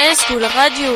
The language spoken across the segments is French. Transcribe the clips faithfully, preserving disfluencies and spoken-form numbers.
School Radio.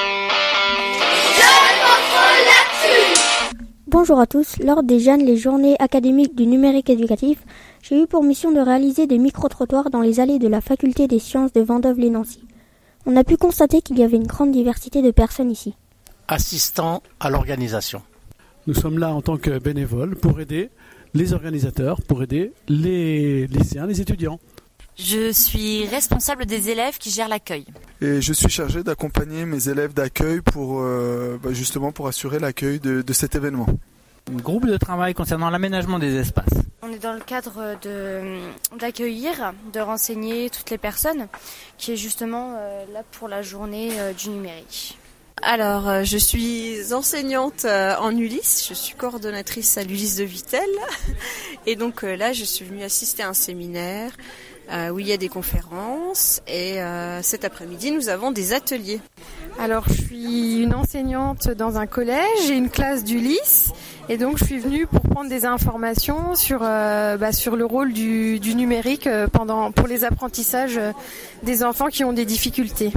Bonjour à tous, lors des Jeunes, les journées académiques du numérique éducatif, j'ai eu pour mission de réaliser des micro-trottoirs dans les allées de la faculté des sciences de Vendôme-les-Nancy. On a pu constater qu'il y avait une grande diversité de personnes ici. Assistant à l'organisation. Nous sommes là en tant que bénévoles pour aider les organisateurs, pour aider les lycéens, les étudiants. Je suis responsable des élèves qui gèrent l'accueil. Et je suis chargé d'accompagner mes élèves d'accueil pour euh, bah justement pour assurer l'accueil de, de cet événement. Un groupe de travail concernant l'aménagement des espaces. On est dans le cadre de, d'accueillir, de renseigner toutes les personnes, qui est justement euh, là pour la journée euh, du numérique. Alors, euh, je suis enseignante euh, en Ulysse, je suis coordonnatrice à l'Ulysse de Vittel. Et donc euh, là, je suis venue assister à un séminaire euh, où il y a des conférences. Et euh, cet après-midi, nous avons des ateliers. Alors, je suis une enseignante dans un collège et une classe d'Ulysse. Et donc, je suis venue pour prendre des informations sur, euh, bah, sur le rôle du, du numérique pendant, pour les apprentissages des enfants qui ont des difficultés.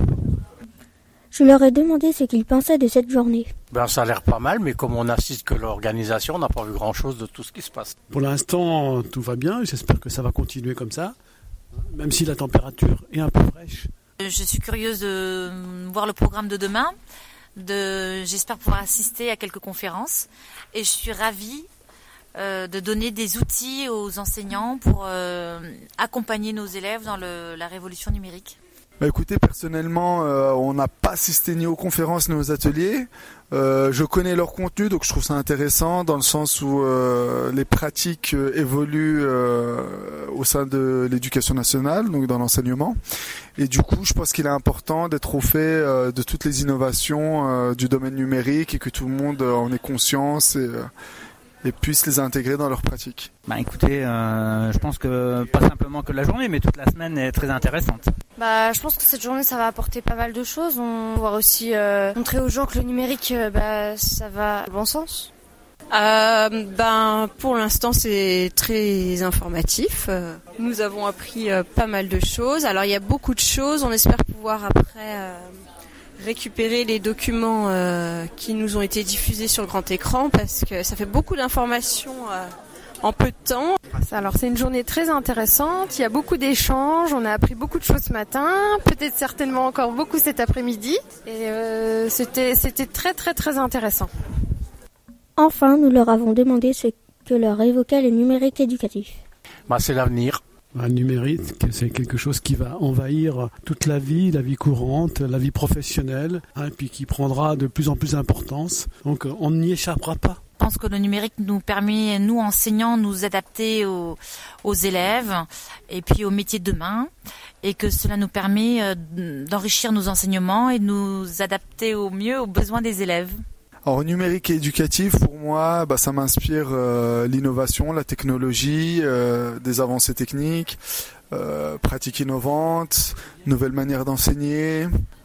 Je leur ai demandé ce qu'ils pensaient de cette journée. Ben, ça a l'air pas mal, mais comme on n'assiste que l'organisation, on n'a pas vu grand-chose de tout ce qui se passe. Pour l'instant, tout va bien. J'espère que ça va continuer comme ça, même si la température est un peu fraîche. Je suis curieuse de voir le programme de demain. De, j'espère pouvoir assister à quelques conférences. Et je suis ravie euh, de donner des outils aux enseignants pour euh, accompagner nos élèves dans le, la révolution numérique. Bah écoutez, personnellement, euh, on n'a pas assisté ni aux conférences ni aux ateliers. Euh, je connais leur contenu, donc je trouve ça intéressant dans le sens où euh, les pratiques euh, évoluent euh, au sein de l'éducation nationale, donc dans l'enseignement. Et du coup, je pense qu'il est important d'être au fait euh, de toutes les innovations euh, du domaine numérique et que tout le monde euh, en ait conscience et, euh, et puisse les intégrer dans leurs pratiques. Bah écoutez, euh, je pense que pas simplement que la journée, mais toute la semaine est très intéressante. Bah, je pense que cette journée, ça va apporter pas mal de choses. On va aussi euh, montrer aux gens que le numérique, euh, bah, ça va dans le bon sens. Euh, ben, pour l'instant, c'est très informatif. Euh, nous avons appris euh, pas mal de choses. Alors, il y a beaucoup de choses. On espère pouvoir après euh, récupérer les documents euh, qui nous ont été diffusés sur le grand écran parce que ça fait beaucoup d'informations euh, en peu de temps. Alors c'est une journée très intéressante, il y a beaucoup d'échanges, on a appris beaucoup de choses ce matin, peut-être certainement encore beaucoup cet après-midi. Et euh, c'était, c'était très très très intéressant. Enfin, nous leur avons demandé ce que leur évoquait le numérique éducatif. Bah, c'est l'avenir. Un numérique, c'est quelque chose qui va envahir toute la vie, la vie courante, la vie professionnelle, hein, et puis qui prendra de plus en plus d'importance. Donc on n'y échappera pas. Je pense que le numérique nous permet, nous enseignants, nous adapter aux, aux élèves et puis aux métiers de demain, et que cela nous permet d'enrichir nos enseignements et de nous adapter au mieux aux besoins des élèves. Alors, numérique et éducatif, pour moi, bah, ça m'inspire euh, l'innovation, la technologie, euh, des avancées techniques, euh, pratiques innovantes, nouvelles manières d'enseigner,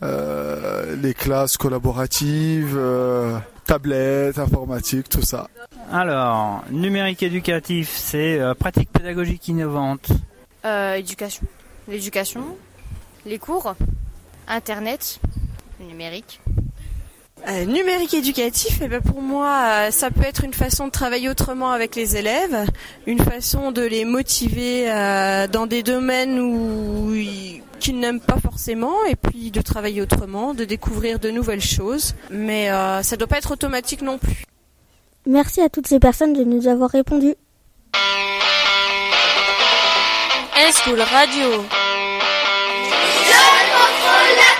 euh, les classes collaboratives, euh, tablettes, informatique, tout ça. Alors, numérique éducatif, c'est euh, pratique pédagogique innovante. Euh, éducation. L'éducation, les cours, Internet, le numérique. Euh, numérique éducatif, eh ben pour moi, euh, ça peut être une façon de travailler autrement avec les élèves, une façon de les motiver euh, dans des domaines où ils, qu'ils n'aiment pas forcément, et puis de travailler autrement, de découvrir de nouvelles choses. Mais euh, ça ne doit pas être automatique non plus. Merci à toutes ces personnes de nous avoir répondu. School Radio. Jeunes contre la